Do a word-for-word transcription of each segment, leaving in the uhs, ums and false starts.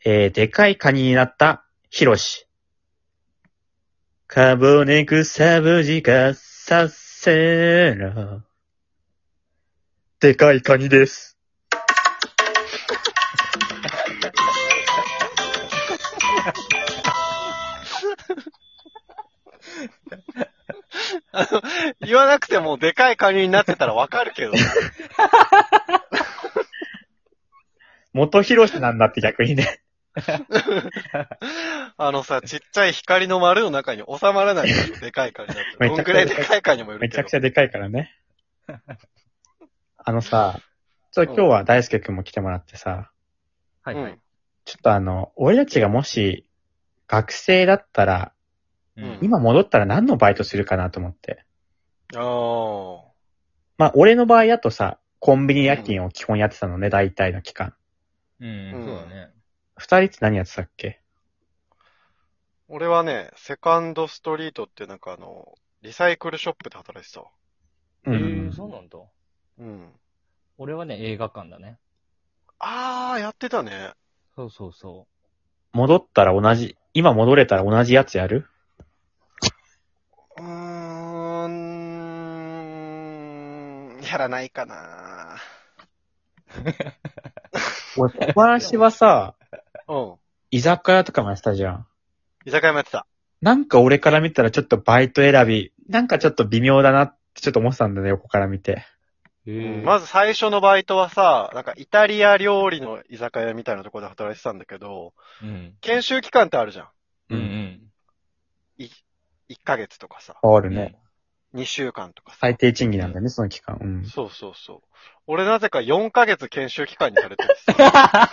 えー、でかいカニになったヒロシ。カボネクサブジカさせら。でかいカニです。 あの、言わなくてもでかいカニになってたらわかるけど。 元ヒロシなんだって逆にね。 あのさ、ちっちゃい光の丸の中に収まらないから、でかいカニだと。 めちゃくちゃどんぐらいでかいカニもいるめけど。 ちゃくちゃでかいからね。あのさ、ちょっと今日は大輔くんも来てもらってさ、 はいはい。 ちょっとあの、俺たちがもし学生だったら、 うん今戻ったら何のバイトするかなと思って。 ああ。 まあ、俺の場合だとさ、コンビニ夜勤を基本やってたのね、大体の期間。 うん、 うんそうだね。 二人って何やってたっけ？ 俺はね、セカンドストリートってなんかあの、リサイクルショップで働いてたわ。 うえん。 ー、そうなんだ。 うん。 俺はね、映画館だね。 あー、やってたね。 そうそうそ戻ったら同じ、今戻れたら同じやつやる？ うーん、やらないかな。 俺、小林はさ、 うん。 居酒屋とかもやってたじゃん。 居酒屋もやってた。 なんか俺から見たらちょっとバイト選び、なんかちょっと微妙だなってちょっと思ってたんだね、横から見て。 う。 うんへまず最初のバイトはさ、なんかイタリア料理の居酒屋みたいなところで働いてたんだけど、 うん。 研修期間ってあるじゃん。 うんうん。 い、いっかげつとかさ、 あるね。 にしゅうかんとかさ。 最低賃金なんだよね、その期間。うん。 そうそうそう。俺なぜかよんかげつ研修期間にされてるさ。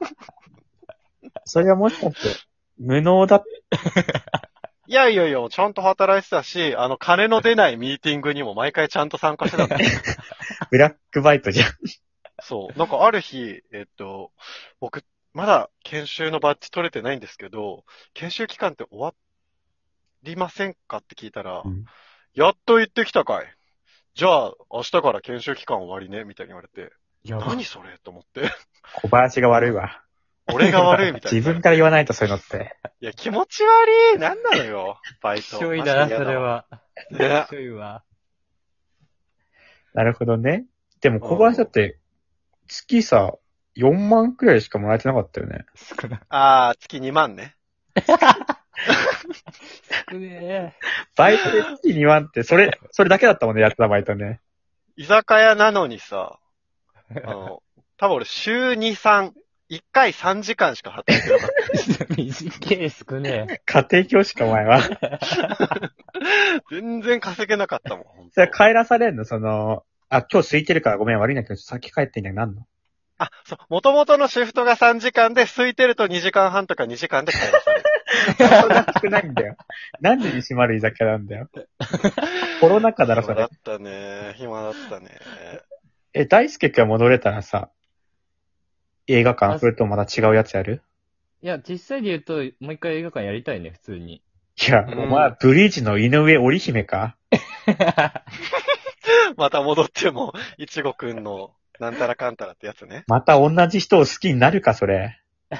それはもしかして、無能だっいやいやいや、ちゃんと働いてたし、あの、金の出ないミーティングにも毎回ちゃんと参加してたんだよ。 ブラックバイトじゃん。 そう。なんかある日、えっと、僕、まだ研修のバッジ取れてないんですけど、研修期間って終わりませんかって聞いたら、 うんやっと言ってきたかい。じゃあ、明日から研修期間終わりね、みたいに言われて、 やば。 何それと思って。 小林が悪いわ。 俺が悪いみたいな。 自分から言わないとそういうのって。 いや、気持ち悪い。なんなのよ、バイト。 しょいだな、 マジで嫌わ。 それは。 ね。 しょいわ。 なるほどね。でも小林だって、月さ、よんまんくらいしかもらえてなかったよね。 少な。 あー、月にまんね。 少ねバイトで月にまんって、それ、それだけだったもんね、やってたバイトね。 居酒屋なのにさ、あの、多分俺週に、さん、いっかいさんじかんしか働いてなかっえ。短い、少ね家庭教師か、お前は。 た。全然稼げなかったもん。ほんとそれ帰らされんのその、あ、今日空いてるからごめん悪いんだけど、先帰ってんじゃなんの？ あ、そう、元々のシフトがさんじかんで、空いてるとにじかんはんとかにじかんで帰らされる。 そんな少ないんだよ。何時に閉まる居酒屋なんだよ。コロナ禍だろ、それ暇だっ。たね。暇だったね。 え、大輔くんが戻れたらさ、映画館、それともまた違うやつやる？ いや、実際で言うと、もう一回映画館やりたいね、普通に。 いや、 うんお前、ブリーチの井上織姫か？ また戻っても、いちごくんの、なんたらかんたらってやつね。 また同じ人を好きになるか、それ。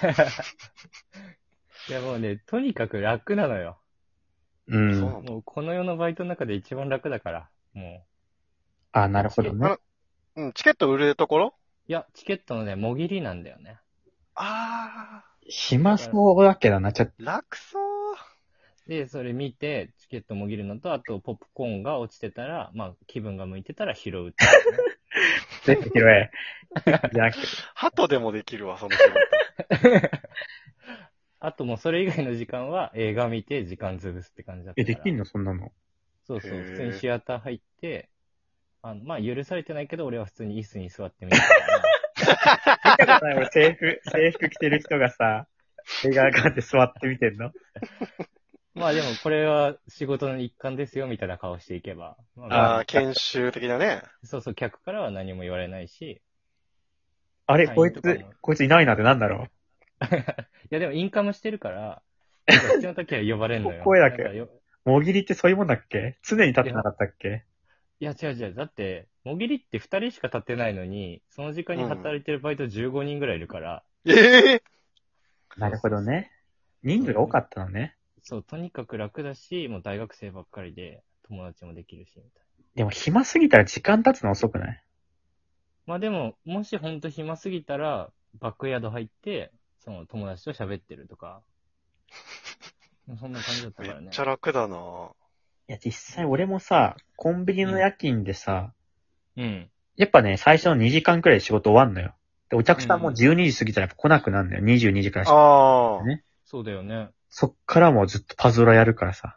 いや、もうね、とにかく楽なのよ。 うん。 そうなんだ。 もう、この世のバイトの中で一番楽だから。もあ、なるほどね。 あの、うん、チケット売るところう。いや、チケットのね、もぎりなんだよね。 あ暇そうだけどな、ちょっと。 ー、楽そう。 で、それ見て、チケットもぎるのと、あと、ポップコーンが落ちてたら、まあ、気分が向いてたら拾うっていうね。 ぜひ拾え。じゃなくて。 鳩でもできるわ、その仕事。 あともうそれ以外の時間は映画見て時間潰すって感じだったえ、 から。 できんのそんなの？ そうそう、 へー普通にシアター入って、あの、まあ、許されてないけど、俺は普通に椅子に座ってみたから。 見たことない俺、制服、制服着てる人がさ、映画館で座って見てんの？ まあでも、これは仕事の一環ですよ、みたいな顔していけば。まあ、 ああ、研修的なね。 そうそう、客からは何も言われないし。 あれ、 はいこいつとかも、 こいついないなってなんだろいやでも、インカムしてるから、なんか必要な時は呼ばれんのよ。 声だけなんかよう。もぎりってそういうもんだっけ？常に立ってなかったっけ？ いや、違う違う。だって、もぎりって二人しか立ってないのに、その時間に働いてるバイトじゅうごにんぐらいいるから、 ええなるほどね。人数が多かったのね。 そう、とにかく楽だし、もう大学生ばっかりで友達もできるし、みたいな。 でも暇すぎたら時間経つの遅くない？ まあでも、もしほんと暇すぎたら、バックヤード入って、その友達と喋ってるとか。そんな感じだったからね。 めっちゃ楽だないや、実際俺もさ、コンビニの夜勤でさ、 うん。 やっぱね、最初のにじかんくらいで仕事終わんのよ。で、お客さんもじゅうにじ過ぎたらやっぱ来なくなるのよ。にじゅうにじからしか。 ああ。 ね。 そうだよね。 そっからもうずっとパズドラやるからさ。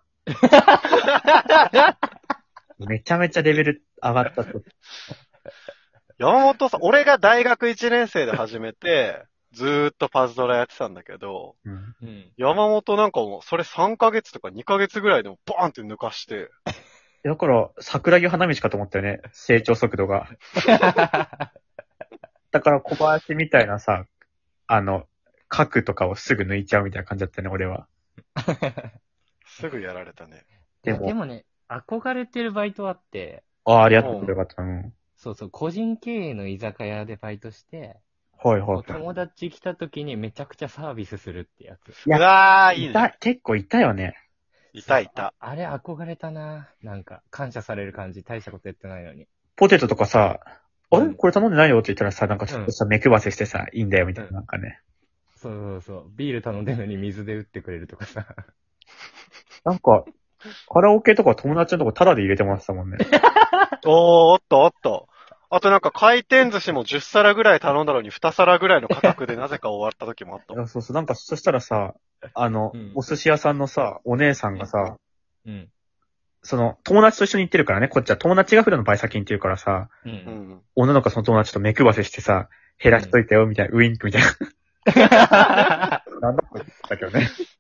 めちゃめちゃレベル上がったと。 山本さん、俺が大学いちねん生で始めて、ずーっとパズドラやってたんだけど、 うん。 うん。 山本なんかもう、それさんかげつとかにかげつぐらいでもバーンって抜かして、 だから、桜木花道かと思ったよね。成長速度が。だから小林みたいなさ、あの、角とかをすぐ抜いちゃうみたいな感じだったね、俺は。 すぐやられたね。 でも、 でもね、憧れてるバイトあって、 ああ、ありがとうよかった。うん。 そうそう、個人経営の居酒屋でバイトして、 はいはい。 友達来た時にめちゃくちゃサービスするってやつ。 いやうわー、いいいたね。、 結構いたよね。 いたいた。 あれ憧れたな。なんか、感謝される感じ、大したことやってないのに。 ポテトとかさ、あれうんこれ頼んでないよって言ったらさ、なんかちょっとさ、目配せしてさ、いいんだよみたいな、なんかね。 そうそうそう。ビール頼んでるのに水で打ってくれるとかさ。 なんか、カラオケとか友達のとこタダで入れてもらってたもんね。 おー、おっとおっと。あとなんか回転寿司もじゅっさらぐらい頼んだのににさらぐらいの価格でなぜか終わった時もあったい。やそうそう、なんかそしたらさ、あの、 うんお寿司屋さんのさ、お姉さんがさ、 うん。 その、友達と一緒に行ってるからね、こっちは友達が普段の倍先に行ってるからさ、 う。 うんん。 女の子がその友達と目配せしてさ、減らしといたよ、みたいな、ウインクみたいな。なんだこれって言ったけどね。